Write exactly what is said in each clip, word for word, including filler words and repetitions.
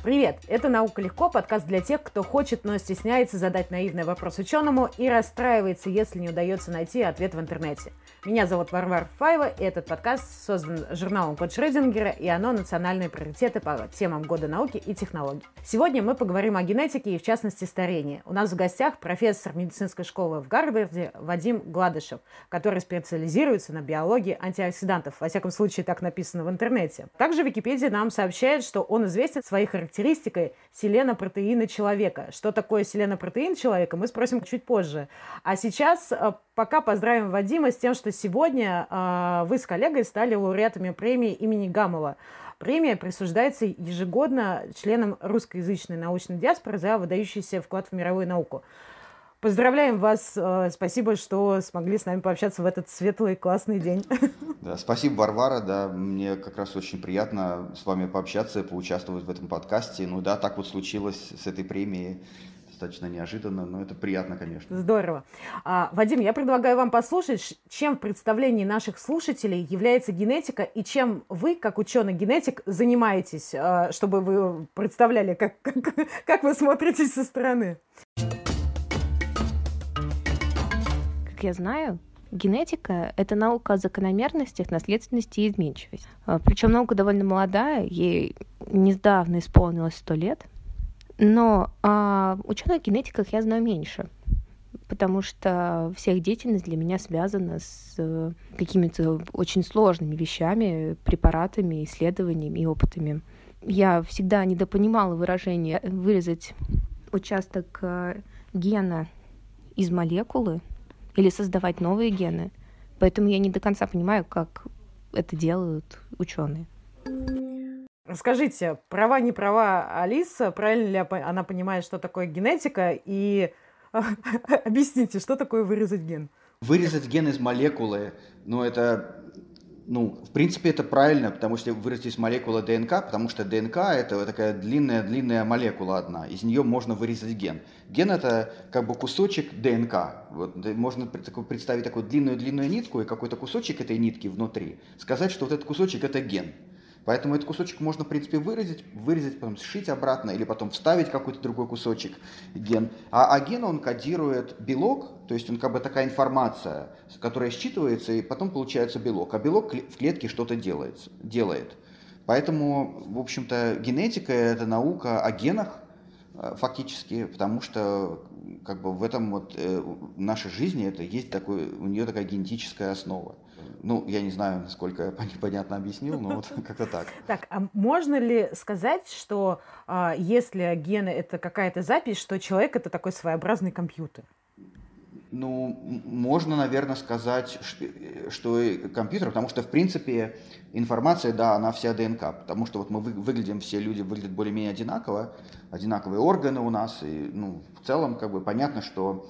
Привет! Это «Наука легко», подкаст для тех, кто хочет, но стесняется задать наивный вопрос ученому и расстраивается, если не удается найти ответ в интернете. Меня зовут Варвара Фаева, и этот подкаст создан журналом «Код Шрёдингера», и оно национальные приоритеты по темам года науки и технологий. Сегодня мы поговорим о генетике и, в частности, старении. У нас в гостях профессор медицинской школы в Гарварде Вадим Гладышев, который специализируется на биологии антиоксидантов. Во всяком случае, так написано в интернете. Также Википедия нам сообщает, что он известен своей характеристикой селенопротеина человека. Что такое селенопротеин человека, мы спросим чуть позже. А сейчас пока поздравим Вадима с тем, что сегодня э, вы с коллегой стали лауреатами премии имени Гамова. Премия присуждается ежегодно членам русскоязычной научной диаспоры за выдающийся вклад в мировую науку. Поздравляем вас. Спасибо, что смогли с нами пообщаться в этот светлый классный день. Да, спасибо, Варвара. Да, мне как раз очень приятно с вами пообщаться и поучаствовать в этом подкасте. Ну да, так вот случилось с этой премией. Достаточно неожиданно, но это приятно, конечно. Здорово. А, Вадим, я предлагаю вам послушать, чем в представлении наших слушателей является генетика и чем вы, как ученый-генетик, занимаетесь, чтобы вы представляли, как, как, как вы смотритесь со стороны. Как я знаю, генетика — это наука о закономерностях, наследственности и изменчивости. Причем наука довольно молодая, ей недавно исполнилось сто лет. Но о ученых-генетиках я знаю меньше, потому что вся их деятельность для меня связана с какими-то очень сложными вещами, препаратами, исследованиями и опытами. Я всегда недопонимала выражение «вырезать участок гена из молекулы» или создавать новые гены. Поэтому я не до конца понимаю, как это делают ученые. Скажите, права не права Алиса, правильно ли она понимает, что такое генетика, и объясните, что такое вырезать ген? Вырезать ген из молекулы, ну это, ну, в принципе, это правильно, потому что вырезать из молекулы ДНК, потому что ДНК это такая длинная-длинная молекула одна, из нее можно вырезать ген. Ген это как бы кусочек ДНК. Вот, можно представить такую длинную-длинную нитку и какой-то кусочек этой нитки внутри, сказать, что вот этот кусочек это ген. Поэтому этот кусочек можно, в принципе, вырезать, вырезать, потом сшить обратно или потом вставить какой-то другой кусочек ген. А, а ген, он кодирует белок, то есть он как бы такая информация, которая считывается, и потом получается белок. А белок в клетке что-то делает. делает. Поэтому, в общем-то, генетика – это наука о генах, фактически, потому что как бы в этом вот э, в нашей жизни это есть такой, у нее такая генетическая основа. Ну, я не знаю, насколько я понятно объяснил, но вот как-то так. Так, а можно ли сказать, что а, если гены — это какая-то запись, что человек — это такой своеобразный компьютер? Ну, можно, наверное, сказать, что, что компьютер, потому что, в принципе, информация, да, она вся ДНК, потому что вот мы вы, выглядим, все люди выглядят более-менее одинаково, одинаковые органы у нас, и, ну, в целом, как бы, понятно, что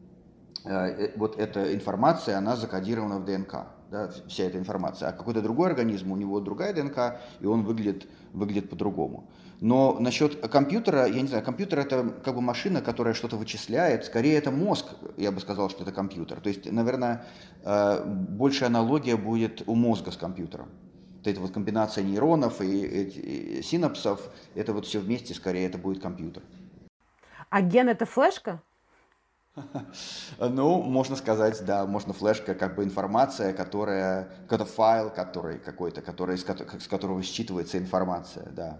э, вот эта информация, она закодирована в ДНК. Да, вся эта информация. А какой-то другой организм, у него другая ДНК, и он выглядит, выглядит по-другому. Но насчет компьютера, я не знаю, компьютер это как бы машина, которая что-то вычисляет. Скорее это мозг, я бы сказал, что это компьютер. То есть, наверное, большая аналогия будет у мозга с компьютером. Вот эта вот комбинация нейронов и, и, и синапсов, это вот все вместе, скорее это будет компьютер. А ген — это флешка? Ну, можно сказать, да, можно флешка, как бы информация, которая, какой-то файл, который какой-то, который, с которого считывается информация, да.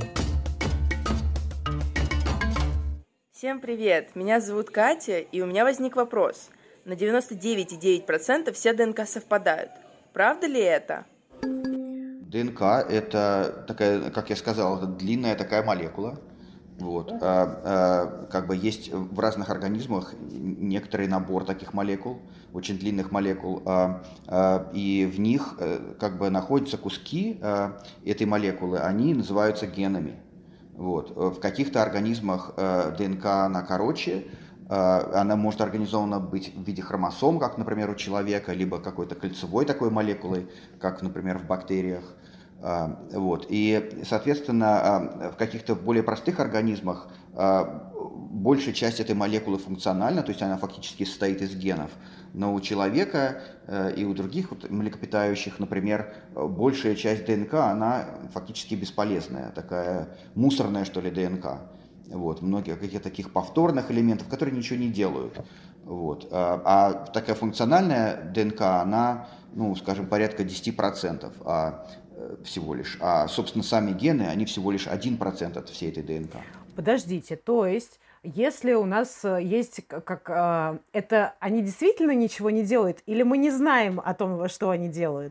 Всем привет, меня зовут Катя, и у меня возник вопрос. На девяносто девять целых девять десятых процента все ДНК совпадают. Правда ли это? ДНК это такая, как я сказал, это длинная такая молекула. Вот. А, а, как бы есть в разных организмах некоторый набор таких молекул, очень длинных молекул, а, а, и в них а, как бы находятся куски а, этой молекулы, они называются генами. Вот. В каких-то организмах а, ДНК она короче, а, она может организована быть в виде хромосом, как, например, у человека, либо какой-то кольцевой такой молекулой, как, например, в бактериях. Вот. И, соответственно, в каких-то более простых организмах большая часть этой молекулы функциональна, то есть она фактически состоит из генов. Но у человека э, и у других вот млекопитающих, например, большая часть ДНК, она фактически бесполезная, такая мусорная, что ли, ДНК. Вот, многие каких-то таких повторных элементов, которые ничего не делают. Вот. А, а такая функциональная ДНК, она, ну, скажем, порядка десять процентов а, всего лишь. А, собственно, сами гены, они всего лишь один процент от всей этой ДНК. Подождите, то есть, если у нас есть как... А, это они действительно ничего не делают? Или мы не знаем о том, что они делают?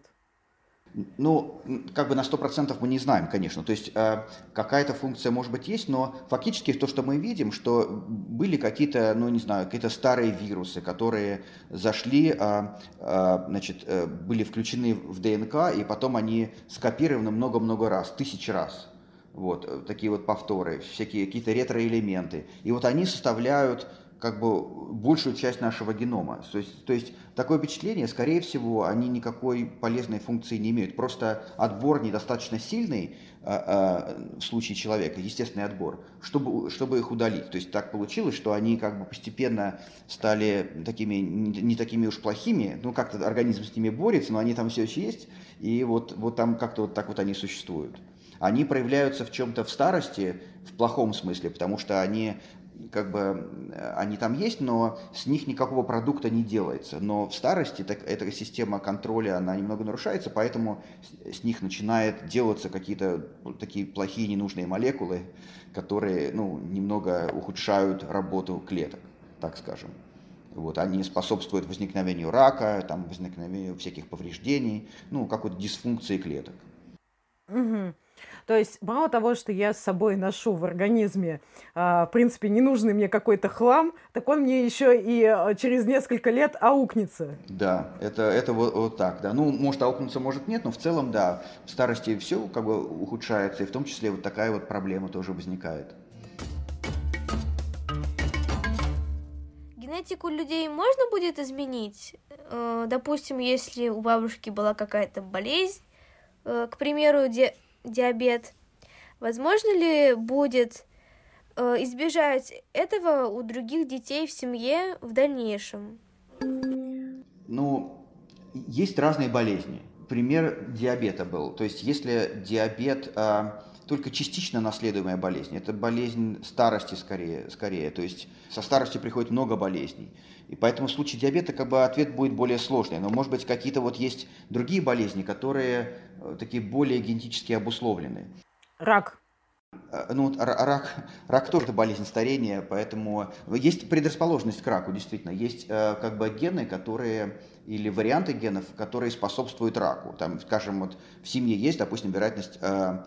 Ну, как бы на сто процентов мы не знаем, конечно. То есть э, какая-то функция, может быть, есть, но фактически то, что мы видим, что были какие-то, ну, не знаю, какие-то старые вирусы, которые зашли, э, э, значит, э, были включены в ДНК, и потом они скопированы много-много раз, тысячи раз. Вот, такие вот повторы, всякие какие-то ретроэлементы. И вот они составляют как бы большую часть нашего генома. То есть, то есть такое впечатление, скорее всего, они никакой полезной функции не имеют. Просто отбор недостаточно сильный э, э, в случае человека, естественный отбор, чтобы, чтобы их удалить. То есть так получилось, что они как бы постепенно стали такими, не, не такими уж плохими. Ну, как-то организм с ними борется, но они там все еще есть. И вот, вот там как-то вот так вот они существуют. Они проявляются в чем-то в старости, в плохом смысле, потому что они как бы они там есть, но с них никакого продукта не делается. Но в старости так, эта система контроля, она немного нарушается, поэтому с, с них начинает делаться какие-то такие плохие ненужные молекулы, которые, ну, немного ухудшают работу клеток, так скажем. Вот, они способствуют возникновению рака, там, возникновению всяких повреждений, ну, какой-то дисфункции клеток. Угу. То есть мало того, что я с собой ношу в организме, а, в принципе, ненужный мне какой-то хлам, так он мне еще и а, через несколько лет аукнется. Да, это, это вот, вот так, да. Ну, может аукнуться, может нет, но в целом, да, в старости все как бы ухудшается, и в том числе вот такая вот проблема тоже возникает. Генетику людей можно будет изменить? Допустим, если у бабушки была какая-то болезнь, к примеру, ди- диабет, возможно ли будет избежать этого у других детей в семье в дальнейшем? Ну, есть разные болезни. Пример диабета был. То есть, если диабет а, только частично наследуемая болезнь, это болезнь старости скорее, скорее. То есть, со старостью приходит много болезней. И поэтому в случае диабета как бы ответ будет более сложный. Но, может быть, какие-то вот есть другие болезни, которые такие более генетически обусловлены. Рак. Ну, рак, рак тоже болезнь старения, поэтому есть предрасположенность к раку, действительно. Есть как бы гены, которые, или варианты генов, которые способствуют раку. Там, скажем, вот в семье есть, допустим, вероятность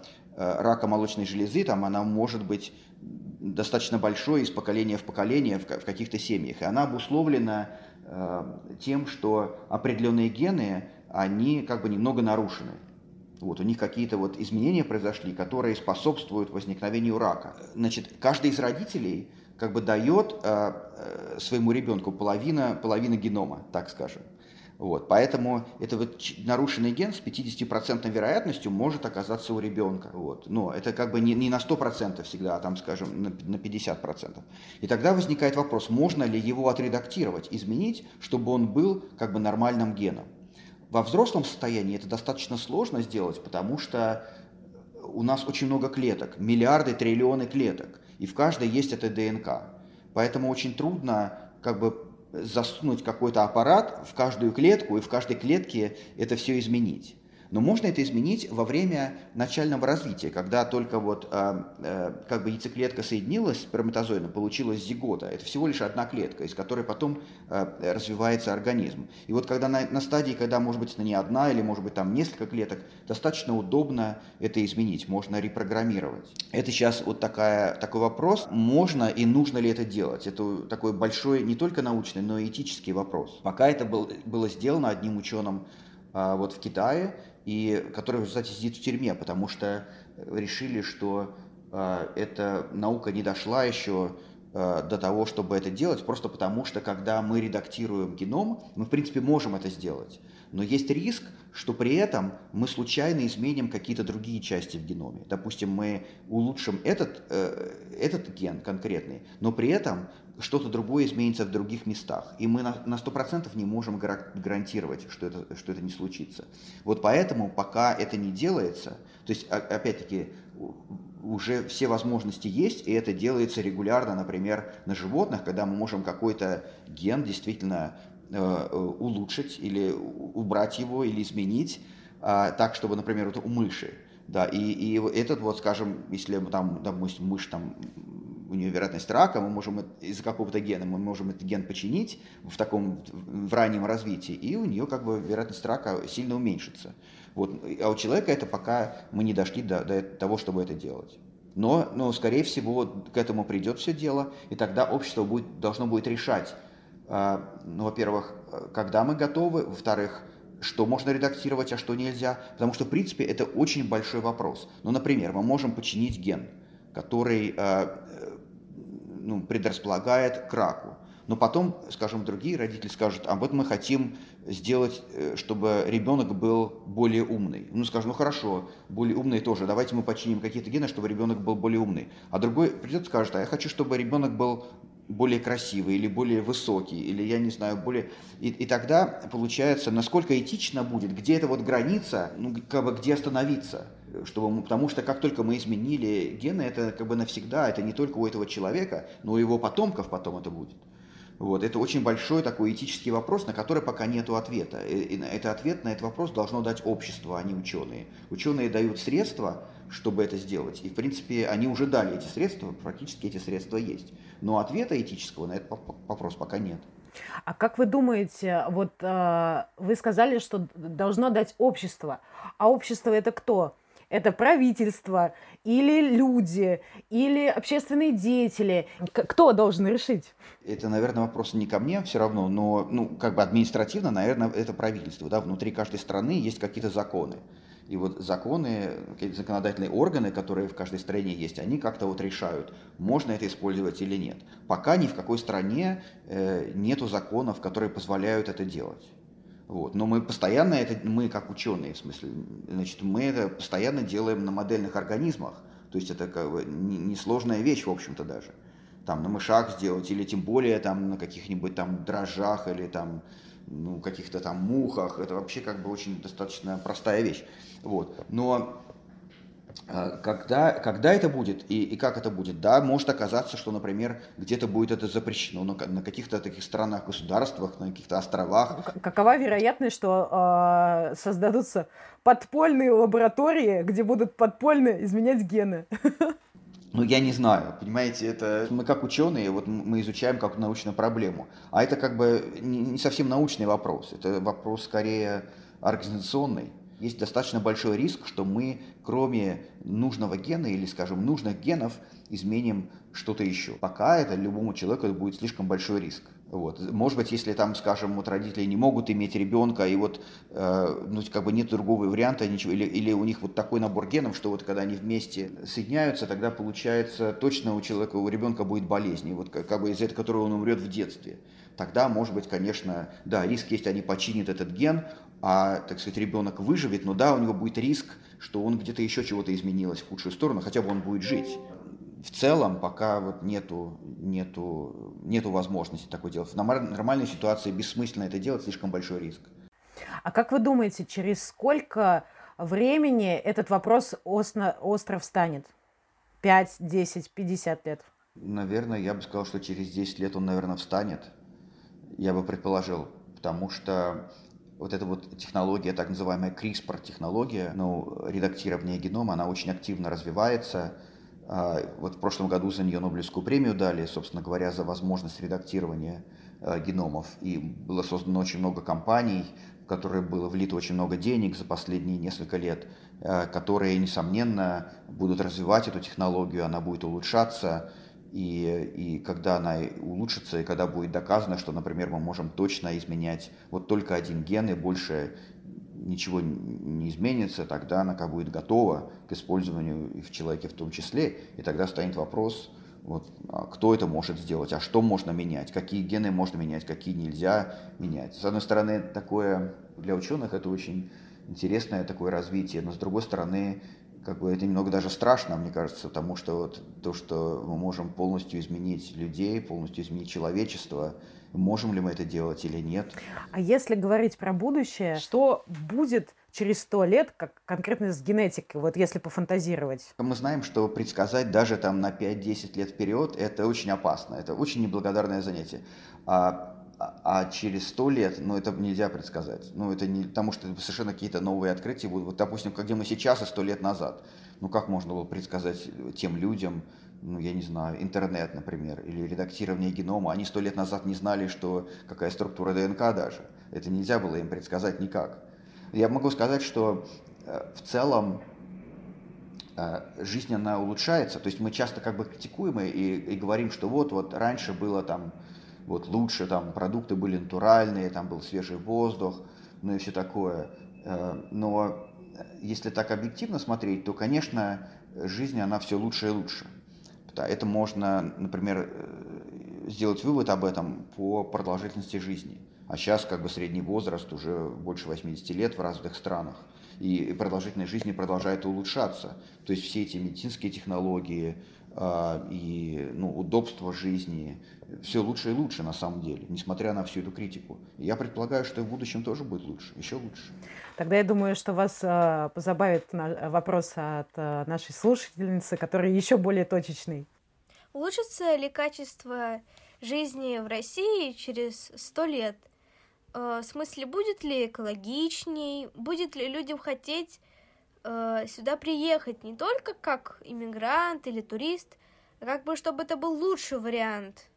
рака молочной железы, там она может быть достаточно большой из поколения в поколение в каких-то семьях. И она обусловлена тем, что определенные гены, они как бы немного нарушены. Вот, у них какие-то вот изменения произошли, которые способствуют возникновению рака. Значит, каждый из родителей как бы дает э, э, своему ребенку половина, половина генома, так скажем. Вот, поэтому этот вот нарушенный ген с пятидесятипроцентной вероятностью может оказаться у ребенка. Вот. Но это как бы не, не на сто процентов всегда, а там, скажем, на, на пятьдесят процентов. И тогда возникает вопрос, можно ли его отредактировать, изменить, чтобы он был как бы нормальным геном. Во взрослом состоянии это достаточно сложно сделать, потому что у нас очень много клеток, миллиарды, триллионы клеток, и в каждой есть эта ДНК. Поэтому очень трудно как бы засунуть какой-то аппарат в каждую клетку и в каждой клетке это все изменить. Но можно это изменить во время начального развития, когда только вот э, э, как бы яйцеклетка соединилась с сперматозоидом, получилась зигота. Это всего лишь одна клетка, из которой потом э, развивается организм. И вот когда на, на стадии, когда может быть не одна или может быть там несколько клеток, достаточно удобно это изменить, можно репрограммировать. Это сейчас вот такая, такой вопрос, можно и нужно ли это делать. Это такой большой не только научный, но и этический вопрос. Пока это был, было сделано одним ученым э, вот в Китае, и который в результате сидит в тюрьме, потому что решили, что э, эта наука не дошла еще э, э, до того, чтобы это делать, просто потому что, когда мы редактируем геном, мы, в принципе, можем это сделать. Но есть риск, что при этом мы случайно изменим какие-то другие части в геноме. Допустим, мы улучшим этот, э, этот ген конкретный, но при этом что-то другое изменится в других местах. И мы на сто процентов не можем гарантировать, что это, что это не случится. Вот поэтому, пока это не делается, то есть, опять-таки, уже все возможности есть, и это делается регулярно, например, на животных, когда мы можем какой-то ген действительно э, улучшить или убрать его, или изменить, э, так, чтобы, например, вот у мыши. Да, и, и этот вот, скажем, если там, допустим, мышь там, у нее вероятность рака, мы можем из-за какого-то гена, мы можем этот ген починить в таком в раннем развитии, и у нее как бы вероятность рака сильно уменьшится. Вот. А у человека это пока мы не дошли до, до того, чтобы это делать. Но, но, скорее всего, к этому придет все дело, и тогда общество будет, должно будет решать, э, ну, во-первых, когда мы готовы, во-вторых, что можно редактировать, а что нельзя, потому что, в принципе, это очень большой вопрос. Ну, например, мы можем починить ген, который э, ну, предрасполагает к раку. Но потом, скажем, другие родители скажут, а вот мы хотим сделать, чтобы ребенок был более умный. Ну, скажем, ну хорошо, более умный тоже, давайте мы починим какие-то гены, чтобы ребенок был более умный. А другой придет и скажет, а я хочу, чтобы ребенок был более красивый, или более высокий, или, я не знаю, более... И, и тогда получается, насколько этично будет, где эта вот граница, ну, как бы где остановиться. Чтобы мы, потому что как только мы изменили гены, это как бы навсегда, это не только у этого человека, но и у его потомков потом это будет. Вот. Это очень большой такой этический вопрос, на который пока нет ответа. И, и это ответ на этот вопрос должно дать общество, а не ученые. Ученые дают средства, чтобы это сделать. И, в принципе, они уже дали эти средства, практически эти средства есть. Но ответа этического на этот вопрос пока нет. А как вы думаете, вот э, вы сказали, что должно дать общество. А общество это кто? Это правительство, или люди, или общественные деятели. К- кто должен решить? Это, наверное, вопрос не ко мне все равно, но ну, как бы административно, наверное, это правительство. Да? Внутри каждой страны есть какие-то законы. И вот законы, какие-то законодательные органы, которые в каждой стране есть, они как-то вот решают, можно это использовать или нет. Пока ни в какой стране э, нету законов, которые позволяют это делать. Вот. Но мы постоянно это, мы как ученые, в смысле, значит, мы это постоянно делаем на модельных организмах. То есть это как бы несложная вещь, в общем-то, даже. Там на мышах сделать, или тем более там на каких-нибудь там дрожжах, или там, ну, каких-то там мухах. Это вообще как бы очень достаточно простая вещь. Вот. Но Когда, когда это будет и, и как это будет? Да, может оказаться, что, например, где-то будет это запрещено, на, на каких-то таких странах, государствах, на каких-то островах. Какова вероятность, что э, создадутся подпольные лаборатории, где будут подпольно изменять гены? Ну, я не знаю, понимаете, это мы как ученые, вот мы изучаем как научную проблему, а это как бы не, не совсем научный вопрос, это вопрос скорее организационный. Есть достаточно большой риск, что мы, кроме нужного гена или, скажем, нужных генов, изменим что-то еще. Пока это любому человеку это будет слишком большой риск. Вот. Может быть, если там, скажем, вот родители не могут иметь ребенка, и вот э, ну, как бы нет другого варианта, ничего, или, или у них вот такой набор генов, что вот когда они вместе соединяются, тогда получается точно у человека, у ребенка будет болезнь, и вот как, как бы из-за которого он умрет в детстве. Тогда, может быть, конечно, да, риск есть, они починят этот ген, а, так сказать, ребенок выживет, но да, у него будет риск, что он где-то еще чего-то изменилось в худшую сторону, хотя бы он будет жить. В целом, пока вот нету, нету, нету возможности такое делать. В нормальной ситуации бессмысленно это делать, слишком большой риск. А как вы думаете, через сколько времени этот вопрос остро, остро встанет? пять, десять, пятьдесят лет? Наверное, я бы сказал, что через десять лет он, наверное, встанет. Я бы предположил, потому что вот эта вот технология, так называемая CRISPR-технология, ну, редактирование генома, она очень активно развивается. Вот в прошлом году за нее Нобелевскую премию дали, собственно говоря, за возможность редактирования геномов. И было создано очень много компаний, в которые было влито очень много денег за последние несколько лет, которые, несомненно, будут развивать эту технологию, она будет улучшаться. И, и когда она улучшится, и когда будет доказано, что, например, мы можем точно изменять вот только один ген, и больше ничего не изменится, тогда она как будет готова к использованию и в человеке в том числе, и тогда станет вопрос Вот, а кто это может сделать, а что можно менять, какие гены можно менять, какие нельзя менять. С одной стороны, такое для ученых это очень интересное такое развитие, но с другой стороны, как бы это немного даже страшно, мне кажется, потому что вот то, что мы можем полностью изменить людей, полностью изменить человечество, можем ли мы это делать или нет. А если говорить про будущее, что будет через сто лет, как конкретно с генетикой, вот если пофантазировать? Мы знаем, что предсказать даже там на пять-десять лет вперед это очень опасно, это очень неблагодарное занятие. А, а через сто лет, ну, это нельзя предсказать. Ну, это не, потому что совершенно какие-то новые открытия будут. Вот, допустим, где мы сейчас и сто лет назад. Ну, как можно было предсказать тем людям, ну, я не знаю, интернет, например, или редактирование генома. Они сто лет назад не знали, что какая структура ДНК даже. Это нельзя было им предсказать никак. Я могу сказать, что э, в целом э, жизнь, она улучшается. То есть мы часто как бы критикуем и, и говорим, что вот, вот раньше было там вот лучше, там продукты были натуральные, там был свежий воздух, ну и все такое. Э, но если так объективно смотреть, то, конечно, жизнь, она все лучше и лучше. Это можно, например, сделать вывод об этом по продолжительности жизни. А сейчас как бы средний возраст уже больше восьмидесяти лет в разных странах. И продолжительность жизни продолжает улучшаться. То есть все эти медицинские технологии э, и ну, удобство жизни, все лучше и лучше на самом деле, несмотря на всю эту критику. И я предполагаю, что и в будущем тоже будет лучше, еще лучше. Тогда я думаю, что вас э, позабавит на, вопрос от э, нашей слушательницы, который еще более точечный. Улучшится ли качество жизни в России через сто лет? Э, в смысле, будет ли экологичней? Будет ли людям хотеть э, сюда приехать не только как иммигрант или турист, а как бы чтобы это был лучший вариант?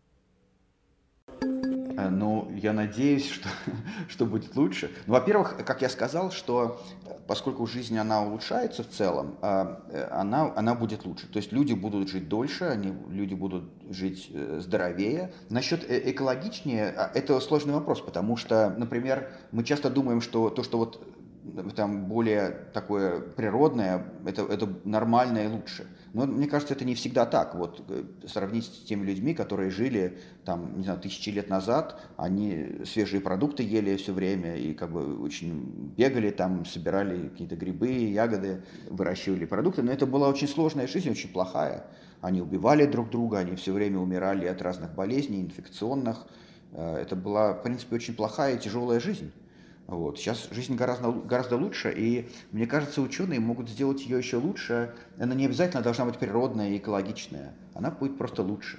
Ну, я надеюсь, что, что будет лучше. Ну, во-первых, как я сказал, что поскольку жизнь, она улучшается в целом, она, она будет лучше. То есть люди будут жить дольше, они, люди будут жить здоровее. Насчет экологичнее, это сложный вопрос, потому что, например, мы часто думаем, что то, что вот там более такое природное, это, это нормально и лучше. Но мне кажется, это не всегда так. Вот сравнить с теми людьми, которые жили там, не знаю, тысячи лет назад, они свежие продукты ели все время и как бы очень бегали там, собирали какие-то грибы, ягоды, выращивали продукты. Но это была очень сложная жизнь, очень плохая. Они убивали друг друга, они все время умирали от разных болезней, инфекционных. Это была, в принципе, очень плохая и тяжелая жизнь. Вот. Сейчас жизнь гораздо, гораздо лучше, и мне кажется, ученые могут сделать ее еще лучше. Она не обязательно должна быть природная и экологичная, она будет просто лучше.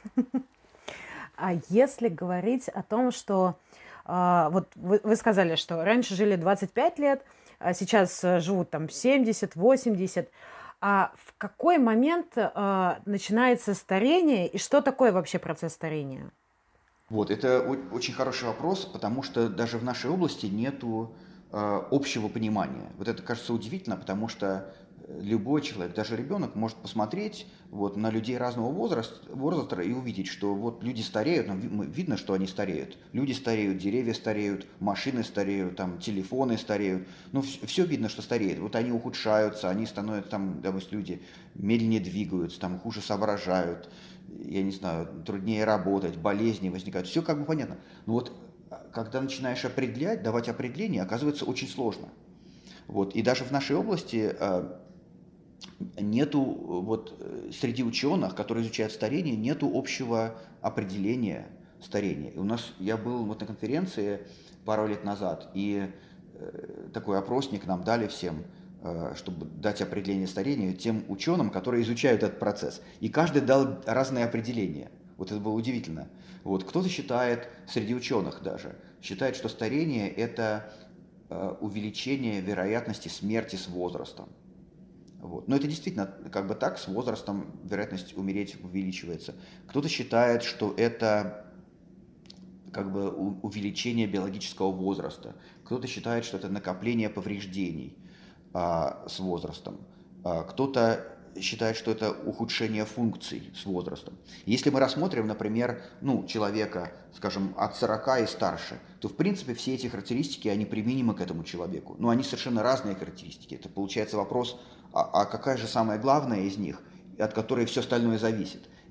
А если говорить о том, что э, вот вы, вы сказали, что раньше жили двадцать пять лет, а сейчас живут там семьдесят, восемьдесят, а в какой момент э, начинается старение и что такое вообще процесс старения? Вот, это очень хороший вопрос, потому что даже в нашей области нету э, общего понимания. Вот это кажется удивительно, потому что любой человек, даже ребенок, может посмотреть вот, на людей разного возраста, возраста и увидеть, что вот люди стареют, ну, видно, что они стареют. Люди стареют, деревья стареют, машины стареют, там, телефоны стареют. Ну, все, все видно, что стареет. Вот они ухудшаются, они становятся, там, допустим, люди медленнее двигаются, там, хуже соображают. Я не знаю, труднее работать, болезни возникают, все как бы понятно. Но вот когда начинаешь определять, давать определение, оказывается очень сложно. Вот. И даже в нашей области э, нету, вот, среди ученых, которые изучают старение, нету общего определения старения. И у нас, я был вот на конференции пару лет назад, и э, такой опросник нам дали всем, чтобы дать определение старения тем ученым, которые изучают этот процесс. И каждый дал разные определения. Вот это было удивительно. Вот. Кто-то считает, среди ученых даже, считает, что старение – это увеличение вероятности смерти с возрастом. Вот. Но это действительно как бы так, с возрастом вероятность умереть увеличивается. Кто-то считает, что это как бы увеличение биологического возраста. Кто-то считает, что это накопление повреждений с возрастом. Кто-то считает, что это ухудшение функций с возрастом. Если мы рассмотрим, например, ну, человека, скажем, от сорока и старше, то, в принципе, все эти характеристики, они применимы к этому человеку. Но они совершенно разные характеристики. Это получается вопрос, а, а какая же самая главная из них, от которой все остальное зависит.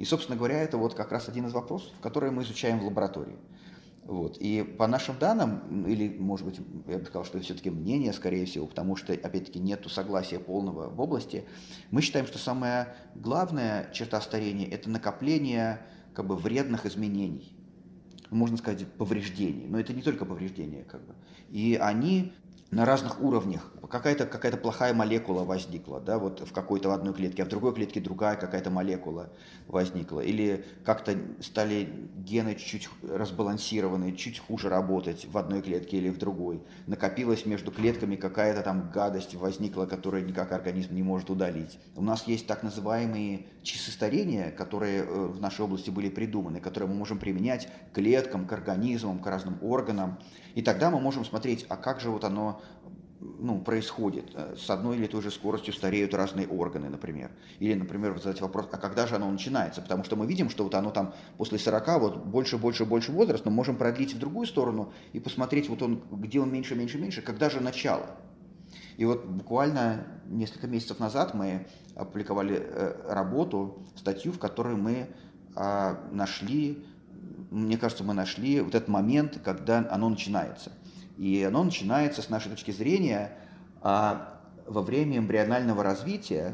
И, собственно говоря, это вот как раз один из вопросов, который мы изучаем в лаборатории. Вот. И по нашим данным, или, может быть, я бы сказал, что это все-таки мнение, скорее всего, потому что, опять-таки, нет согласия полного в области, мы считаем, что самая главная черта старения – это накопление как бы вредных изменений, можно сказать, повреждений, но это не только повреждения, как бы. И они на разных уровнях. Какая-то, какая-то плохая молекула возникла, да, вот в какой-то в одной клетке, а в другой клетке другая какая-то молекула возникла. Или как-то стали гены чуть разбалансированы, чуть хуже работать в одной клетке или в другой. Накопилась между клетками какая-то там гадость возникла, которую никак организм не может удалить. У нас есть так называемые часы старения, которые в нашей области были придуманы, которые мы можем применять к клеткам, к организмам, к разным органам. И тогда мы можем смотреть, а как же вот оно ну, происходит. С одной или той же скоростью стареют разные органы, например. Или, например, задать вопрос, а когда же оно начинается? Потому что мы видим, что вот оно там после сорока вот больше, больше, больше возраст, но можем продлить в другую сторону и посмотреть, вот он, где он меньше, меньше, меньше, когда же начало. И вот буквально несколько месяцев назад мы опубликовали э, работу, статью, в которой мы э, нашли, мне кажется, мы нашли вот этот момент, когда оно начинается. И оно начинается, с нашей точки зрения, а, во время эмбрионального развития.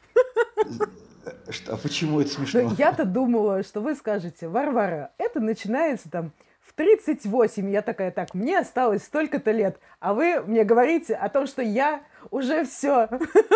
Что, почему это смешно? Я-то думала, что вы скажете, Варвара, это начинается там в тридцать восемь. Я такая, так, мне осталось столько-то лет, а вы мне говорите о том, что я уже все.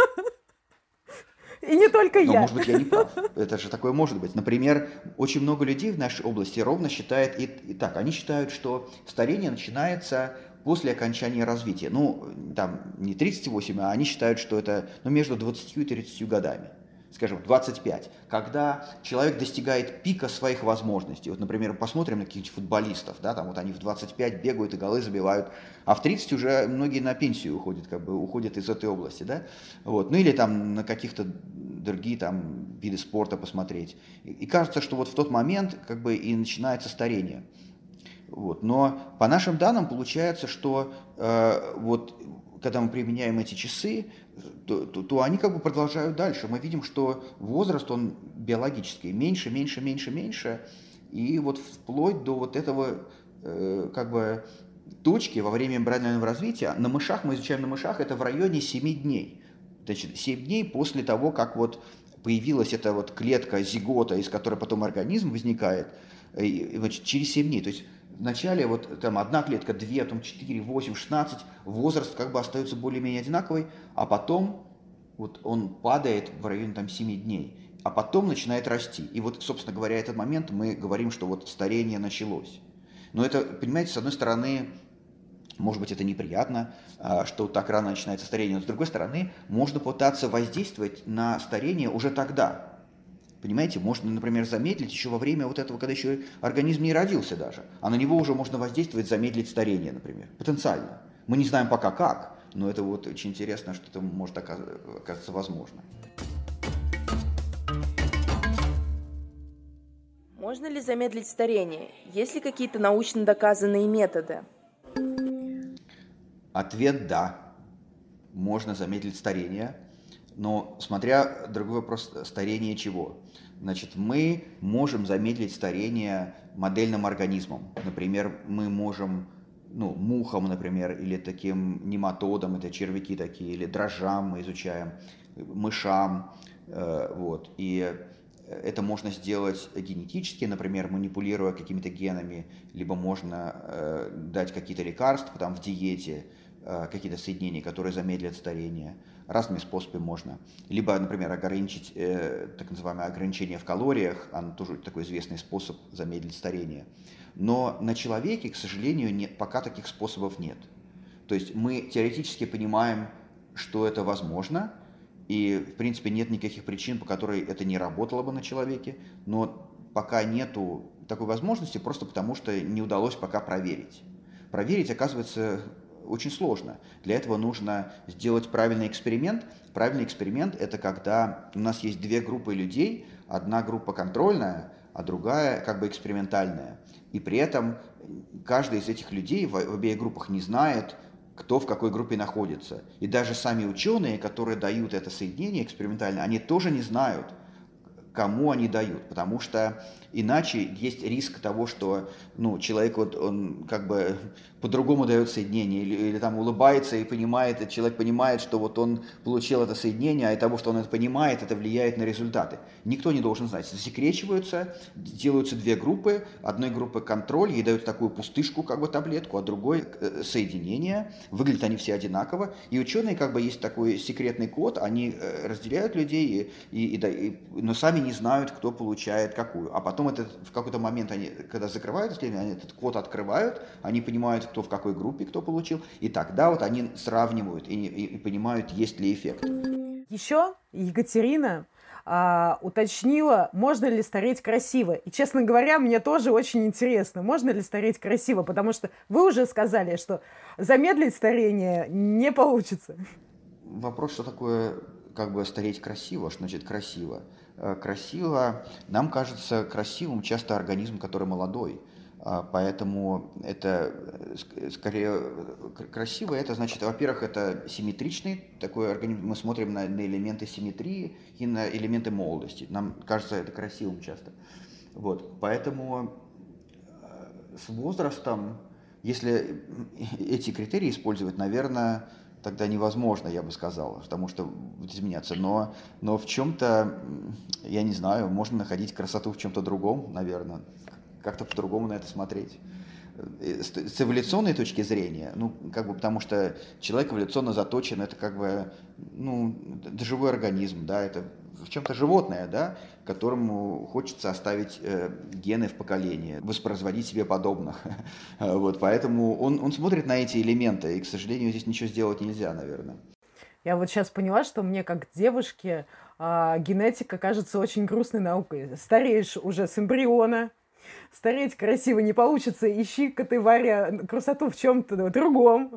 И не только Но, я. может быть, я не прав. Это же такое может быть. Например, очень много людей в нашей области ровно считают и, и так. Они считают, что старение начинается после окончания развития. Ну, там не тридцать восемь, а они считают, что это ну, между двадцатью и тридцатью годами. Скажем, двадцать пять. Когда человек достигает пика своих возможностей. Вот, например, посмотрим на каких-нибудь футболистов, да, там вот они в двадцать пять бегают и голы забивают, а в тридцать уже многие на пенсию уходят, как бы уходят из этой области, да. Вот. Ну или там на каких-то другие там виды спорта посмотреть. И, и кажется, что вот в тот момент как бы и начинается старение. Вот. Но по нашим данным получается, что э, вот когда мы применяем эти часы, то, то, то они как бы продолжают дальше. Мы видим, что возраст, он биологический, меньше, меньше, меньше, меньше. И вот вплоть до вот этого э, как бы точки во время эмбрионального развития, на мышах, мы изучаем на мышах, это в районе семи дней. Значит, семь дней после того, как вот появилась эта вот клетка, зигота, из которой потом организм возникает, и, значит, через семь дней. То есть вначале вот там одна клетка, две, там четыре, восемь, шестнадцать, возраст как бы остается более-менее одинаковый, а потом вот он падает в районе там семи дней, а потом начинает расти. И вот, собственно говоря, этот момент мы говорим, что вот старение началось. Но это, понимаете, с одной стороны, может быть, это неприятно, что так рано начинается старение, но с другой стороны, можно пытаться воздействовать на старение уже тогда. Понимаете, можно, например, замедлить еще во время вот этого, когда еще организм не родился даже, а на него уже можно воздействовать, замедлить старение, например, потенциально. Мы не знаем пока как, но это вот очень интересно, что это может оказаться возможно. Можно ли замедлить старение? Есть ли какие-то научно доказанные методы? Ответ – да. Можно замедлить старение. Но смотря другой вопрос, старение чего? Значит, мы можем замедлить старение модельным организмом. Например, мы можем, ну, мухам, например, или таким нематодам, это червяки такие, или дрожжам мы изучаем, мышам, э, вот. И это можно сделать генетически, например, манипулируя какими-то генами, либо можно э, дать какие-то лекарства там в диете, э, какие-то соединения, которые замедлят старение. Разными способами можно. Либо, например, ограничить, э, так называемое ограничение в калориях, оно тоже такой известный способ замедлить старение. Но на человеке, к сожалению, нет, пока таких способов нет. То есть мы теоретически понимаем, что это возможно, и, в принципе, нет никаких причин, по которой это не работало бы на человеке, но пока нету такой возможности, просто потому что не удалось пока проверить. Проверить, оказывается, очень сложно. Для этого нужно сделать правильный эксперимент. Правильный эксперимент – это когда у нас есть две группы людей, одна группа контрольная, а другая как бы экспериментальная. И при этом каждый из этих людей в обеих группах не знает, кто в какой группе находится. И даже сами ученые, которые дают это соединение экспериментальное, они тоже не знают, кому они дают, потому что иначе есть риск того, что ну, человек вот, он как бы по-другому дает соединение или, или там улыбается и понимает, и человек понимает, что вот он получил это соединение, а из того, что он это понимает, это влияет на результаты. Никто не должен знать. Засекречиваются, делаются две группы. Одной группы контроль, ей дают такую пустышку, как бы таблетку, а другой соединение. Выглядят они все одинаково. И ученые, как бы есть такой секретный код, они разделяют людей, и, и, и, и, но сами не знают, кто получает какую. А потом это, в какой-то момент, они, когда закрывают исследование, они этот код открывают, они понимают, кто в какой группе, кто получил, и тогда вот они сравнивают и, и, и понимают, есть ли эффект. Еще Екатерина а, уточнила, можно ли стареть красиво. И, честно говоря, мне тоже очень интересно, можно ли стареть красиво, потому что вы уже сказали, что замедлить старение не получится. Вопрос, что такое как бы стареть красиво, что значит красиво. Красиво, нам кажется красивым часто организм, который молодой. Поэтому это скорее красиво, это значит, во-первых, это симметричный такой организм, мы смотрим на, на элементы симметрии и на элементы молодости. Нам кажется это красивым часто. Вот. Поэтому с возрастом, если эти критерии использовать, наверное, тогда невозможно, я бы сказал, потому что будет изменяться. Но, но в чем-то, я не знаю, можно находить красоту в чем-то другом, наверное. Как-то по-другому на это смотреть. С эволюционной точки зрения, ну, как бы, потому что человек эволюционно заточен, это как бы, ну, это живой организм, да, это в чем-то животное, да, которому хочется оставить э, гены в поколении, воспроизводить себе подобных. Вот, поэтому он, он смотрит на эти элементы, и, к сожалению, здесь ничего сделать нельзя, наверное. Я вот сейчас поняла, что мне, как девушке, э, генетика кажется очень грустной наукой. Стареешь уже с эмбриона, стареть красиво не получится, ищи-ка ты, Варя, красоту в чем-то другом.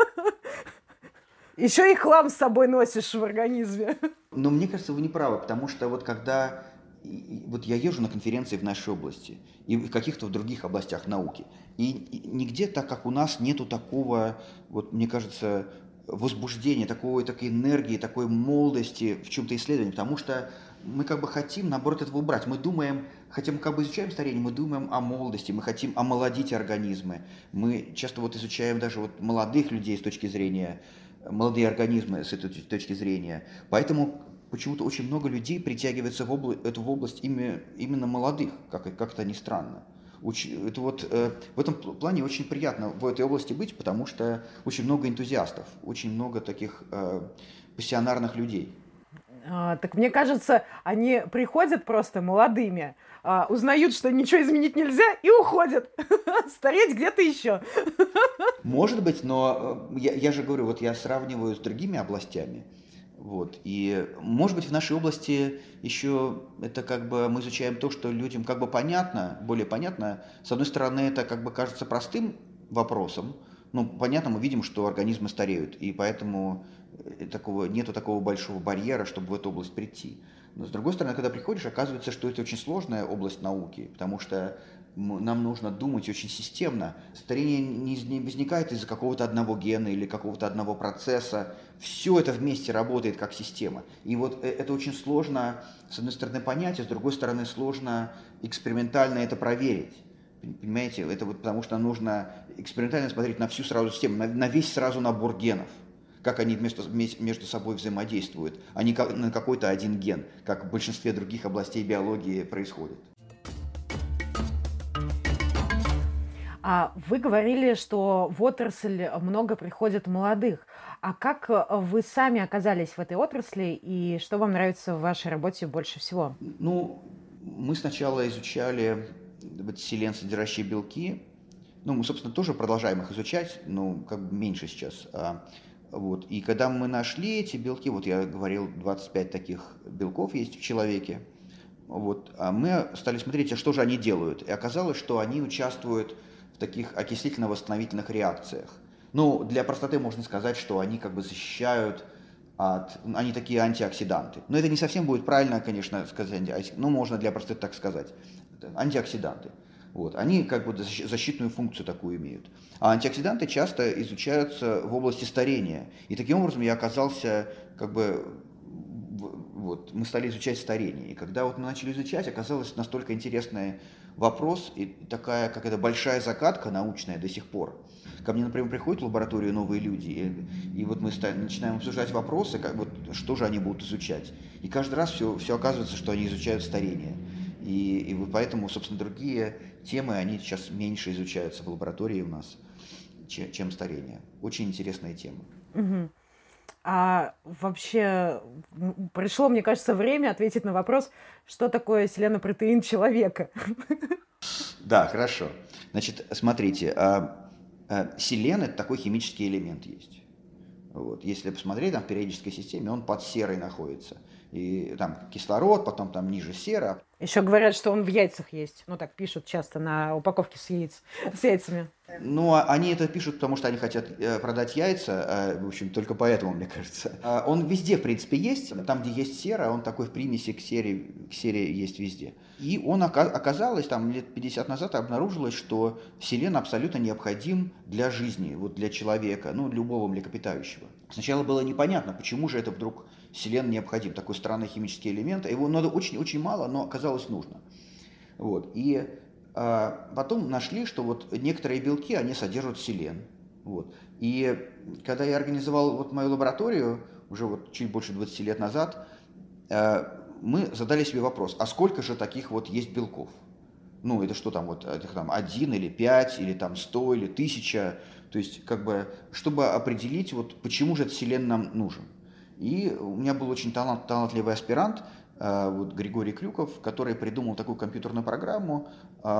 Еще и хлам с собой носишь в организме. Но мне кажется, вы не правы, потому что вот когда... Вот я езжу на конференции в нашей области и в каких-то в других областях науки, и нигде, так как у нас нету такого, вот мне кажется, возбуждения, такой, такой энергии, такой молодости в чем-то исследовании, потому что мы как бы хотим, наоборот, этого убрать. Мы думаем, хотя мы как бы изучаем старение, мы думаем о молодости, мы хотим омолодить организмы. Мы часто вот изучаем даже вот молодых людей с точки зрения, молодые организмы с этой точки зрения. Поэтому почему-то очень много людей притягивается в обла- эту в область именно, именно молодых, как, как-то ни странно. Это вот, э, в этом плане очень приятно в этой области быть, потому что очень много энтузиастов, очень много таких э, пассионарных людей. А, так мне кажется, они приходят просто молодыми, а, узнают, что ничего изменить нельзя, и уходят стареть где-то еще. Может быть, но я, я же говорю, вот я сравниваю с другими областями. Вот, и, может быть, в нашей области еще это как бы мы изучаем то, что людям как бы понятно, более понятно. С одной стороны, это как бы кажется простым вопросом. Ну, понятно, мы видим, что организмы стареют, и поэтому такого, нету такого большого барьера, чтобы в эту область прийти. Но с другой стороны, когда приходишь, оказывается, что это очень сложная область науки, потому что нам нужно думать очень системно. Старение не возникает из-за какого-то одного гена или какого-то одного процесса. Все это вместе работает как система. И вот это очень сложно, с одной стороны, понять, а с другой стороны, сложно экспериментально это проверить. Понимаете, это вот потому что нужно экспериментально смотреть на всю сразу систему, на, на весь сразу набор генов, как они между, между собой взаимодействуют, а не как, на какой-то один ген, как в большинстве других областей биологии происходит. А вы говорили, что в отрасль много приходит молодых. А как вы сами оказались в этой отрасли и что вам нравится в вашей работе больше всего? Ну, мы сначала изучали селен, содержащие белки. Ну, мы, собственно, тоже продолжаем их изучать, но как бы меньше сейчас. Вот. И когда мы нашли эти белки, вот я говорил, двадцать пять таких белков есть в человеке, вот, а мы стали смотреть, а что же они делают. И оказалось, что они участвуют в таких окислительно-восстановительных реакциях. Ну, для простоты можно сказать, что они как бы защищают от... Они такие антиоксиданты. Но это не совсем будет правильно, конечно, сказать, но можно для простоты так сказать. Антиоксиданты. Вот. Они как бы защитную функцию такую имеют. А антиоксиданты часто изучаются в области старения. И таким образом я оказался как бы в, вот, мы стали изучать старение. И когда вот мы начали изучать, оказалось настолько интересный вопрос и такая какая-то большая загадка научная до сих пор. Ко мне, например, приходят в лабораторию новые люди, и, и вот мы ста- начинаем обсуждать вопросы, как, вот, что же они будут изучать. И каждый раз все, все оказывается, что они изучают старение. И, и вот поэтому, собственно, другие темы, они сейчас меньше изучаются в лаборатории у нас, чем, чем старение. Очень интересная тема. Угу. А вообще пришло, мне кажется, время ответить на вопрос, что такое селенопротеин человека. Да, хорошо. Значит, смотрите, а, а, селен – это такой химический элемент есть. Вот. Если посмотреть, там в периодической системе он под серой находится. И там кислород, потом там ниже сера. Еще говорят, что он в яйцах есть. Ну, так пишут часто на упаковке с, яиц, с яйцами. Ну, они это пишут, потому что они хотят э, продать яйца, э, в общем, только поэтому, мне кажется. А он везде, в принципе, есть. Там, где есть сера, он такой в примеси к сере, к сере есть везде. И он оказалось, там лет пятьдесят назад обнаружилось, что селен абсолютно необходим для жизни, вот для человека, ну, любого млекопитающего. Сначала было непонятно, почему же это вдруг селен необходим, такой странный химический элемент. Его надо очень-очень мало, но оказалось нужно. Вот. И а, потом нашли, что вот некоторые белки, они содержат селен. Вот. И когда я организовал вот мою лабораторию, уже вот чуть больше двадцати лет назад, а, мы задали себе вопрос, а сколько же таких вот есть белков? Ну, это что там, вот, это там один или пять, или там сто, или тысяча. То есть, как бы, чтобы определить, вот, почему же этот селен нам нужен. И у меня был очень талант, талантливый аспирант, э, вот Григорий Крюков, который придумал такую компьютерную программу,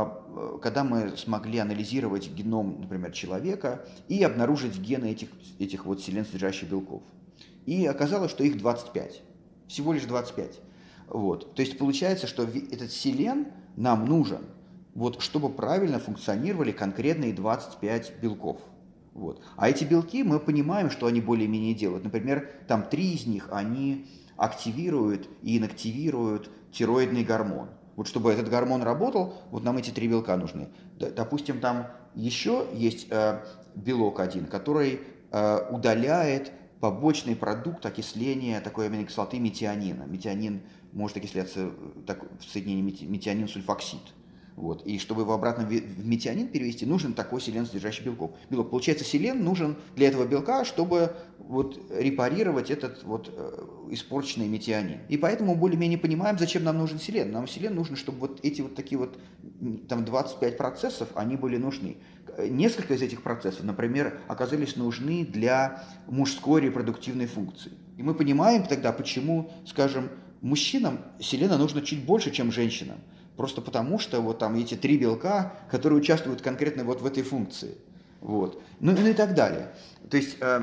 э, когда мы смогли анализировать геном, например, человека и обнаружить гены этих, этих вот селен-содержащих белков. И оказалось, что их двадцать пять, всего лишь двадцать пять. Вот. То есть получается, что этот селен нам нужен, вот, чтобы правильно функционировали конкретные двадцать пять белков. Вот. А эти белки, мы понимаем, что они более-менее делают. Например, там три из них, они активируют и инактивируют тироидный гормон. Вот чтобы этот гормон работал, вот нам эти три белка нужны. Допустим, там еще есть э, белок один, который э, удаляет побочный продукт окисления такой аминокислоты метионина. Метионин может окисляться так, в соединении метионин-сульфоксид. Вот. И чтобы его обратно в метионин перевести, нужен такой селен, содержащий белков. белок. Получается, селен нужен для этого белка, чтобы вот репарировать этот вот испорченный метионин. И поэтому мы более-менее понимаем, зачем нам нужен селен. Нам селен нужен, чтобы вот эти вот такие вот там двадцать пять процессов, они были нужны. Несколько из этих процессов, например, оказались нужны для мужской репродуктивной функции. И мы понимаем тогда, почему, скажем, мужчинам селена нужно чуть больше, чем женщинам. Просто потому, что вот там эти три белка, которые участвуют конкретно вот в этой функции. Вот. Ну, ну и так далее. То есть, э,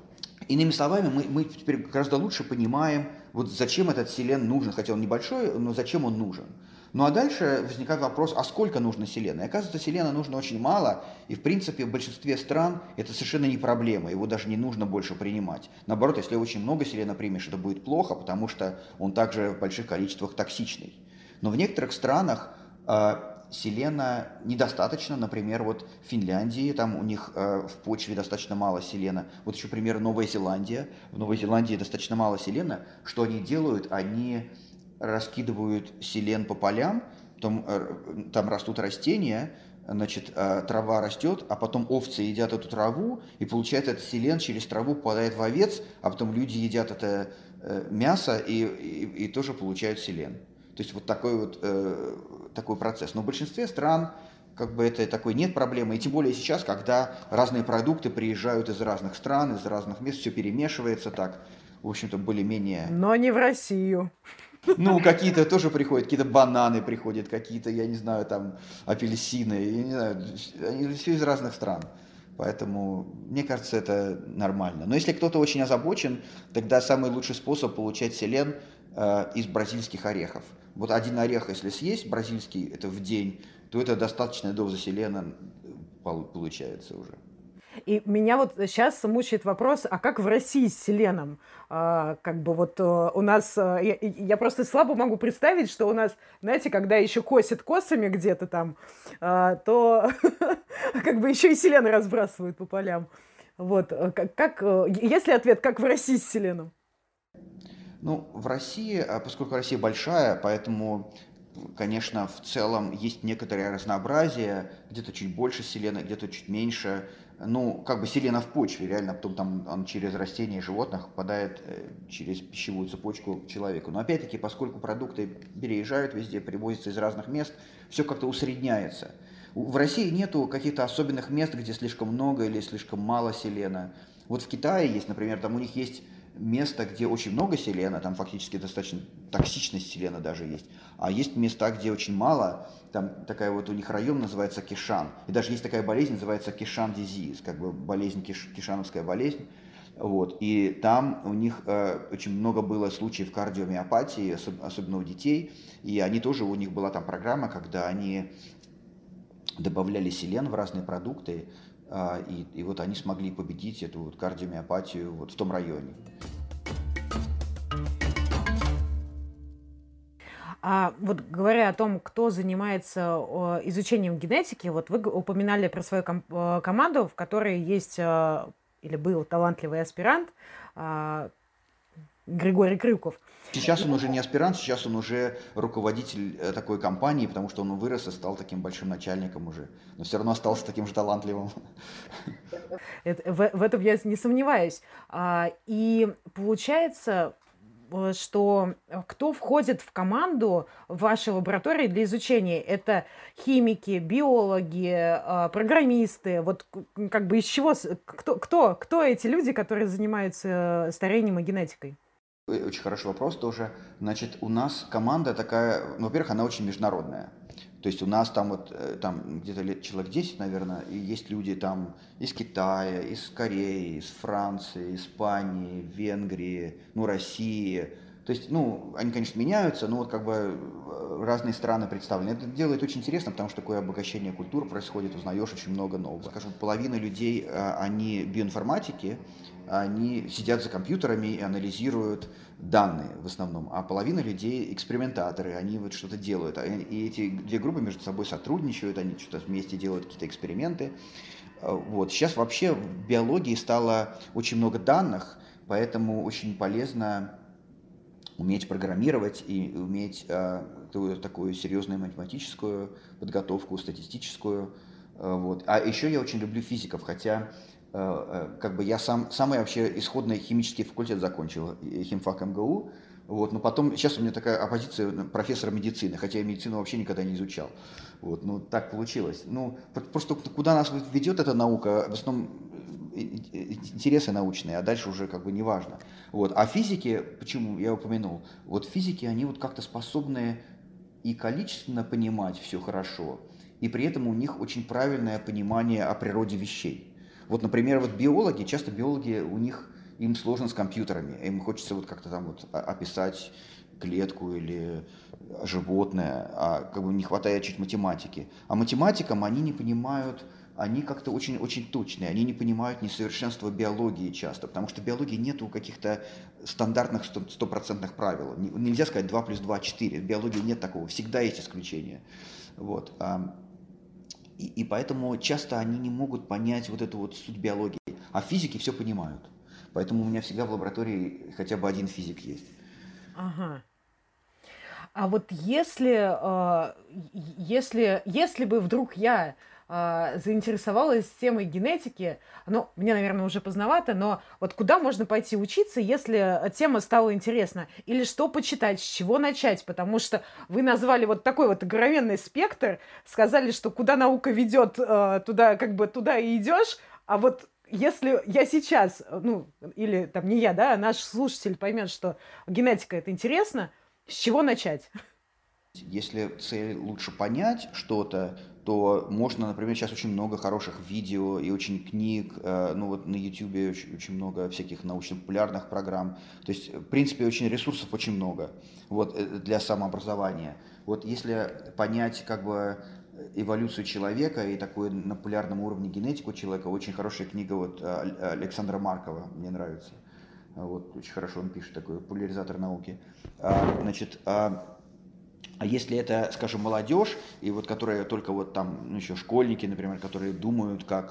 иными словами, мы, мы теперь гораздо лучше понимаем, вот зачем этот селен нужен, хотя он небольшой, но зачем он нужен. Ну а дальше возникает вопрос, а сколько нужно селена? И оказывается, селена нужно очень мало, и в принципе в большинстве стран это совершенно не проблема, его даже не нужно больше принимать. Наоборот, если очень много селена примешь, это будет плохо, потому что он также в больших количествах токсичный. Но в некоторых странах э, селена недостаточно, например, вот в Финляндии, там у них э, в почве достаточно мало селена. Вот еще, например, Новая Зеландия. В Новой Зеландии достаточно мало селена. Что они делают? Они раскидывают селен по полям, там, э, там растут растения, значит, э, трава растет, а потом овцы едят эту траву, и получается этот селен через траву попадает в овец, а потом люди едят это э, мясо и, и, и тоже получают селен. То есть вот такой вот э, такой процесс. Но в большинстве стран как бы это такой нет проблемы. И тем более сейчас, когда разные продукты приезжают из разных стран, из разных мест, все перемешивается так, в общем-то, более-менее... Но не в Россию. Ну, какие-то тоже приходят, какие-то бананы приходят, какие-то, я не знаю, там, апельсины, я не знаю, они все из разных стран. Поэтому, мне кажется, это нормально. Но если кто-то очень озабочен, тогда самый лучший способ получать селен э, из бразильских орехов. Вот один орех, если съесть бразильский, это в день, то это достаточная доза селена получается уже. И меня вот сейчас мучает вопрос, а как в России с селеном? А, как бы вот а, у нас, а, я, я просто слабо могу представить, что у нас, знаете, когда еще косят косами где-то там, а, то как бы еще и селен разбрасывают по полям. Вот, как, как, есть ли ответ, как в России с селеном? Ну, в России, а поскольку Россия большая, поэтому, конечно, в целом есть некоторое разнообразие, где-то чуть больше селена, где-то чуть меньше. Ну, как бы селена в почве, реально, потом там он через растения и животных попадает э, через пищевую цепочку к человеку. Но опять-таки, поскольку продукты переезжают везде, привозятся из разных мест, все как-то усредняется. В России нету каких-то особенных мест, где слишком много или слишком мало селена. Вот в Китае есть, например, там у них есть место, где очень много селена, там фактически достаточно токсичность селена даже есть. А есть места, где очень мало, там такая вот у них район называется Кишан. И даже есть такая болезнь, называется Кишан дизиз, как бы болезнь, киш, кишановская болезнь. Вот. И там у них э, очень много было случаев кардиомиопатии, особ, особенно у детей. И они тоже, у них была там программа, когда они добавляли селен в разные продукты. И, и вот они смогли победить эту вот кардиомиопатию вот в том районе. А вот говоря о том, кто занимается изучением генетики, вот вы упоминали про свою ком- команду, в которой есть или был талантливый аспирант Григорий Крюков. Сейчас он уже не аспирант, сейчас он уже руководитель такой компании, потому что он вырос и стал таким большим начальником уже. Но все равно остался таким же талантливым. Это, в, в этом я не сомневаюсь. А, и получается, что кто входит в команду вашей лаборатории для изучения? Это химики, биологи, программисты. Вот как бы из чего? Кто, кто, кто эти люди, которые занимаются старением и генетикой? Очень хороший вопрос тоже. Значит, у нас команда такая, ну, во-первых, она очень международная. То есть у нас там вот там где-то человек десять, наверное, и есть люди там из Китая, из Кореи, из Франции, Испании, Венгрии, ну, России. То есть, ну, они, конечно, меняются, но вот как бы разные страны представлены. Это делает очень интересно, потому что такое обогащение культур происходит, узнаешь очень много нового. Скажем, половина людей, они биоинформатики, они сидят за компьютерами и анализируют данные в основном, а половина людей экспериментаторы, они вот что-то делают. И эти две группы между собой сотрудничают, они что-то вместе делают, какие-то эксперименты. Вот. Сейчас вообще в биологии стало очень много данных, поэтому очень полезно уметь программировать и уметь э, такую серьезную математическую подготовку, статистическую. Э, вот. А еще я очень люблю физиков, хотя э, как бы я сам, самый вообще исходный химический факультет закончил, химфак эм гэ у, вот, но потом, сейчас у меня такая оппозиция профессора медицины, хотя я медицину вообще никогда не изучал. Вот, ну, так получилось. Ну, просто куда нас ведет эта наука, в основном интересы научные, а дальше уже как бы не важно. Вот. А физики, почему я упомянул, вот физики, они вот как-то способны и количественно понимать все хорошо, и при этом у них очень правильное понимание о природе вещей. Вот, например, вот биологи, часто биологи, у них, им сложно с компьютерами, им хочется вот как-то там вот описать клетку или животное, а как бы не хватает чуть математики. А математикам они не понимают, они как-то очень-очень точные, они не понимают несовершенства биологии часто, потому что в биологии нету каких-то стандартных стопроцентных правил. Нельзя сказать два плюс два четыре, в биологии нет такого, всегда есть исключения. Вот. И, и поэтому часто они не могут понять вот эту вот суть биологии, а физики все понимают. Поэтому у меня всегда в лаборатории хотя бы один физик есть. Ага. А вот если, если, если бы вдруг я заинтересовалась темой генетики, ну, мне, наверное, уже поздновато, но вот куда можно пойти учиться, если тема стала интересна? Или что почитать, с чего начать? Потому что вы назвали вот такой вот огроменный спектр, сказали, что куда наука ведет, туда как бы туда и идешь, а вот если я сейчас, ну, или там не я, да, а наш слушатель поймет, что генетика это интересно, с чего начать? Если цель лучше понять что-то, то можно, например, сейчас очень много хороших видео и очень книг, ну вот на YouTube очень, очень много всяких научно-популярных программ. То есть, в принципе, очень ресурсов очень много вот, для самообразования. Вот если понять как бы эволюцию человека и такую на популярном уровне генетику человека, очень хорошая книга вот Александра Маркова, мне нравится. Вот, очень хорошо он пишет, такой популяризатор науки. Значит, А если это, скажем, молодежь, и вот которая только вот там, ну, еще школьники, например, которые думают, как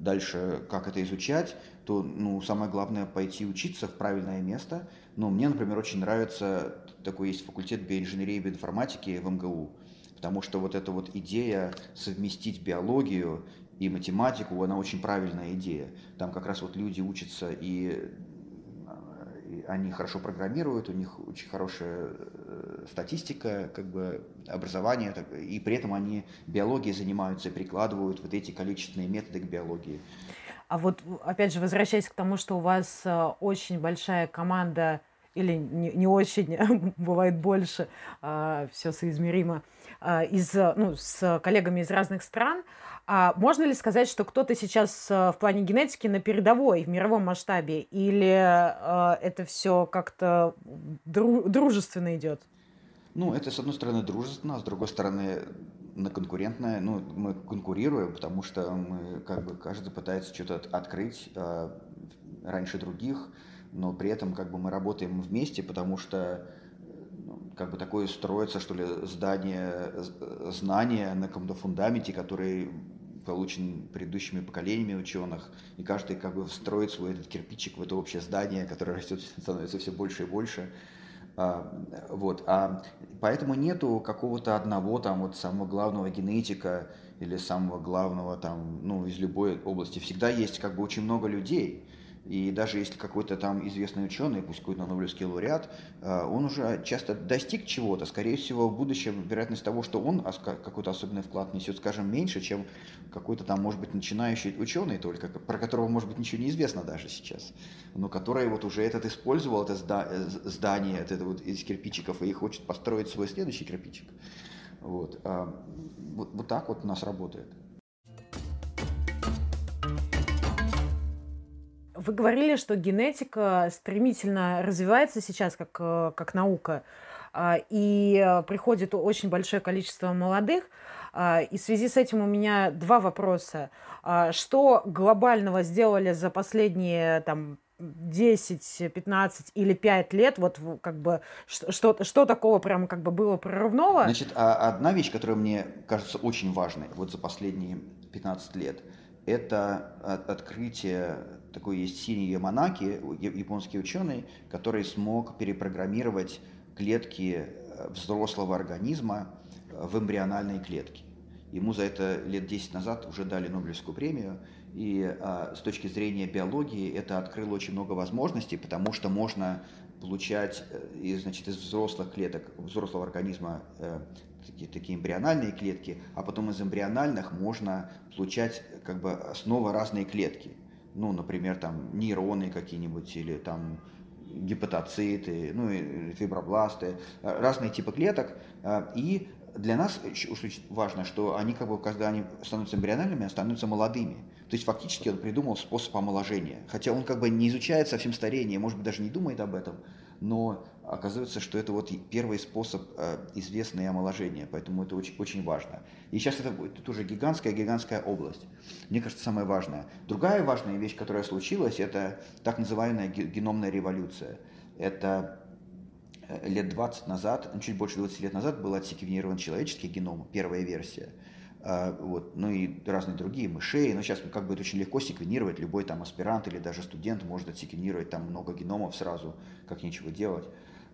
дальше, как это изучать, то ну, самое главное пойти учиться в правильное место. Ну, мне, например, очень нравится, такой есть факультет биоинженерии и биоинформатики в эм гэ у, потому что вот эта вот идея совместить биологию и математику, она очень правильная идея. Там как раз вот люди учатся, и, и они хорошо программируют, у них очень хорошая статистика, как бы образование, и при этом они биологией занимаются и прикладывают вот эти количественные методы к биологии. А вот, опять же, возвращаясь к тому, что у вас очень большая команда, или не, не очень, бывает больше, все соизмеримо, из, ну, с коллегами из разных стран, а можно ли сказать, что кто-то сейчас в плане генетики на передовой в мировом масштабе, или это все как-то дру- дружественно идет? Ну, это, с одной стороны, дружественно, а с другой стороны, на конкурентное. Ну, мы конкурируем, потому что мы, как бы, каждый пытается что-то открыть э, раньше других, но при этом, как бы, мы работаем вместе, потому что, ну, как бы, такое строится, что ли, здание, знания на каком-то фундаменте, который получен предыдущими поколениями ученых, и каждый, как бы, встроит свой этот кирпичик в это общее здание, которое растет, становится все больше и больше. А, вот, а поэтому нету какого-то одного там вот самого главного генетика или самого главного там, ну, из любой области. Всегда есть как бы очень много людей. И даже если какой-то там известный ученый, пусть какой-то Нобелевский лауреат, он уже часто достиг чего-то, скорее всего, в будущем вероятность того, что он какой-то особенный вклад несет, скажем, меньше, чем какой-то там, может быть, начинающий ученый только, про которого, может быть, ничего не известно даже сейчас, но который вот уже этот использовал, это здание, это вот из кирпичиков, и хочет построить свой следующий кирпичик. Вот, вот, вот так вот у нас работает. Вы говорили, что генетика стремительно развивается сейчас как, как наука, и приходит очень большое количество молодых. И в связи с этим у меня два вопроса. Что глобального сделали за последние там, десять, пятнадцать или пять лет? Вот как бы что, что такого прям как бы было прорывного? Значит, одна вещь, которая мне кажется очень важной вот за последние пятнадцать лет, это открытие, такой есть Сини Яманаки, японский ученый, который смог перепрограммировать клетки взрослого организма в эмбриональные клетки. Ему за это лет десять назад уже дали Нобелевскую премию, и а, с точки зрения биологии это открыло очень много возможностей, потому что можно получать из, значит, из взрослых клеток, взрослого организма э, такие, такие эмбриональные клетки, а потом из эмбриональных можно получать как бы снова разные клетки. Ну, например, там нейроны какие-нибудь или там гепатоциты, ну и фибробласты, разные типы клеток. И для нас очень важно, что они, как бы, когда они становятся эмбриональными, становятся молодыми. То есть фактически он придумал способ омоложения. Хотя он как бы не изучает совсем старение, может быть, даже не думает об этом, но оказывается, что это вот первый способ э, известное омоложения, поэтому это очень, очень важно. И сейчас это, это тоже гигантская-гигантская область. Мне кажется, самое важное. Другая важная вещь, которая случилась, это так называемая геномная революция. Это лет двадцать назад, чуть больше двадцати лет назад был отсеквенирован человеческий геном, первая версия. Вот, ну и разные другие мышей, но сейчас как бы это очень легко секвенировать, любой там аспирант или даже студент может отсеквенировать там много геномов сразу, как нечего делать.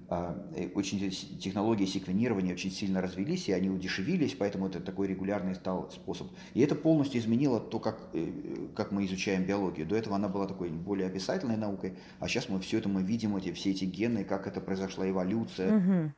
Очень технологии секвенирования очень сильно развились, и они удешевились, поэтому это такой регулярный стал способ. И это полностью изменило то, как, как мы изучаем биологию. До этого она была такой более описательной наукой, а сейчас мы все это мы видим, эти, все эти гены, как это произошла эволюция. Угу.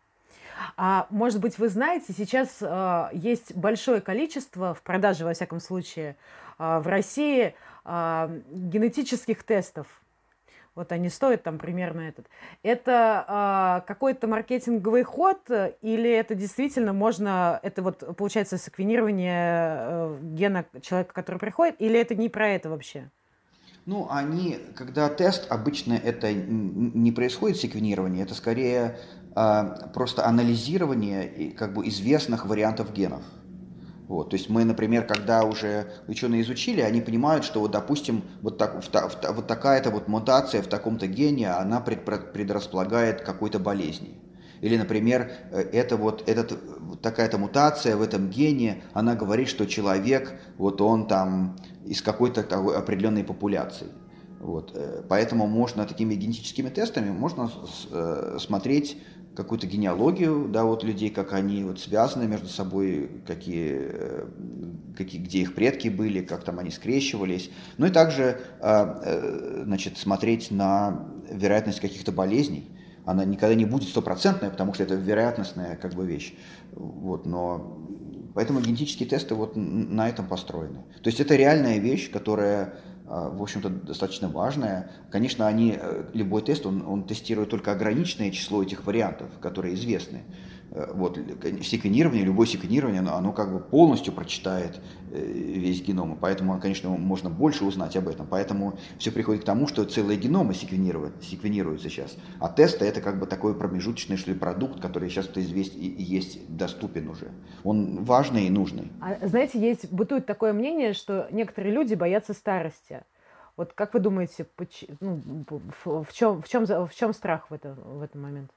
А может быть, вы знаете, сейчас э, есть большое количество в продаже, во всяком случае, э, в России э, генетических тестов. Вот они стоят там примерно этот. Это э, какой-то маркетинговый ход или это действительно можно, это вот получается секвенирование э, гена человека, который приходит, или это не про это вообще? Ну, они, когда тест, обычно это не происходит секвенирование, это скорее а, просто анализирование как бы известных вариантов генов. Вот, то есть мы, например, когда уже ученые изучили, они понимают, что, вот, допустим, вот, так, в, в, вот такая-то вот мутация в таком-то гене, она пред, предрасполагает к какой-то болезни. Или, например, это вот, этот, вот такая-то мутация в этом гене, она говорит, что человек, вот он там из какой-то определенной популяции. Вот. Поэтому можно такими генетическими тестами можно смотреть какую-то генеалогию, да, вот людей, как они вот связаны между собой, какие, какие, где их предки были, как там они скрещивались. Ну и также, значит, смотреть на вероятность каких-то болезней. Она никогда не будет стопроцентная, потому что это вероятностная как бы вещь. Вот, но поэтому генетические тесты вот на этом построены. То есть это реальная вещь, которая, в общем-то, достаточно важная. Конечно, они, любой тест, он, он тестирует только ограниченное число этих вариантов, которые известны. Вот, секвенирование, любое секвенирование, оно, оно как бы полностью прочитает весь геном, и поэтому, конечно, можно больше узнать об этом. Поэтому все приходит к тому, что целые геномы секвенируют, секвенируют сейчас. А тесты — это как бы такой промежуточный, что ли, продукт, который сейчас известен и есть, доступен уже. Он важный и нужный. А, знаете, есть, бытует такое мнение, что некоторые люди боятся старости. Вот как вы думаете, ну, в, в, чем, в, чем, в чем страх в, это, в этот момент?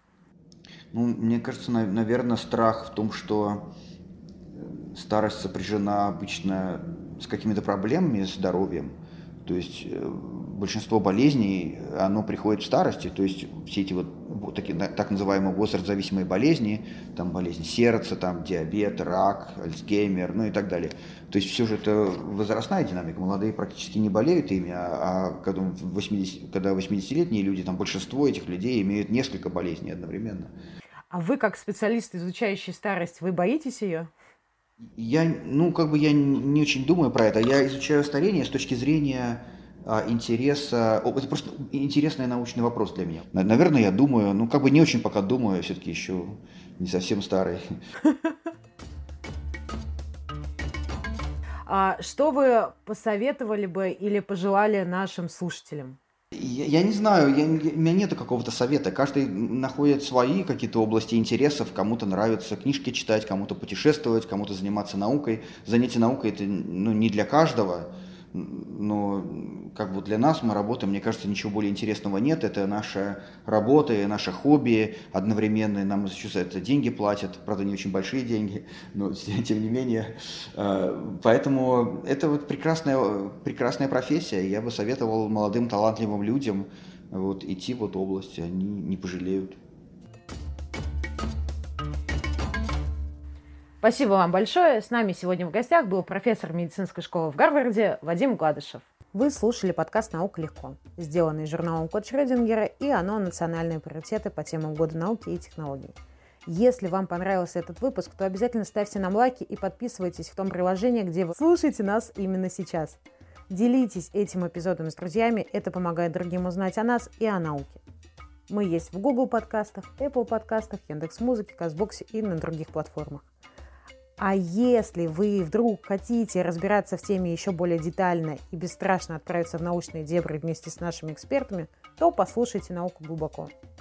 Ну, мне кажется, наверное, страх в том, что старость сопряжена обычно с какими-то проблемами с здоровьем. То есть большинство болезней, оно приходит в старости. То есть все эти вот, вот такие, так называемые возрастзависимые болезни, там болезни сердца, там диабет, рак, Альцгеймер, ну и так далее. То есть все же это возрастная динамика. Молодые практически не болеют ими, а, а когда, восьмидесят, когда восьмидесятилетние люди, там большинство этих людей имеют несколько болезней одновременно. А вы, как специалист, изучающий старость, вы боитесь ее? Я, ну, как бы я не очень думаю про это. Я изучаю старение с точки зрения а, интереса. О, это просто интересный научный вопрос для меня. Наверное, я думаю, ну, как бы не очень пока думаю, все-таки еще не совсем старый. А что вы посоветовали бы или пожелали нашим слушателям? Я, я не знаю, я, у меня нет какого-то совета. Каждый находит свои какие-то области интересов. Кому-то нравится книжки читать, кому-то путешествовать, кому-то заниматься наукой. Занятие наукой — это, ну, не для каждого, но как бы для нас, мы работаем, мне кажется, ничего более интересного нет. Это наша работа и наше хобби одновременно. Нам еще за это деньги платят, правда, не очень большие деньги, но тем не менее. Поэтому это вот прекрасная, прекрасная профессия. Я бы советовал молодым талантливым людям вот идти в эту область, они не пожалеют. Спасибо вам большое. С нами сегодня в гостях был профессор медицинской школы в Гарварде Вадим Гладышев. Вы слушали подкаст «Наука легко», сделанный журналом «Код Шрёдингера», и оно «Национальные приоритеты по темам года науки и технологий». Если вам понравился этот выпуск, то обязательно ставьте нам лайки и подписывайтесь в том приложении, где вы слушаете нас именно сейчас. Делитесь этим эпизодом с друзьями, это помогает другим узнать о нас и о науке. Мы есть в Google подкастах, Apple подкастах, Яндекс.Музыке, Казбоксе и на других платформах. А если вы вдруг хотите разбираться в теме еще более детально и бесстрашно отправиться в научные дебри вместе с нашими экспертами, то послушайте «Науку глубоко».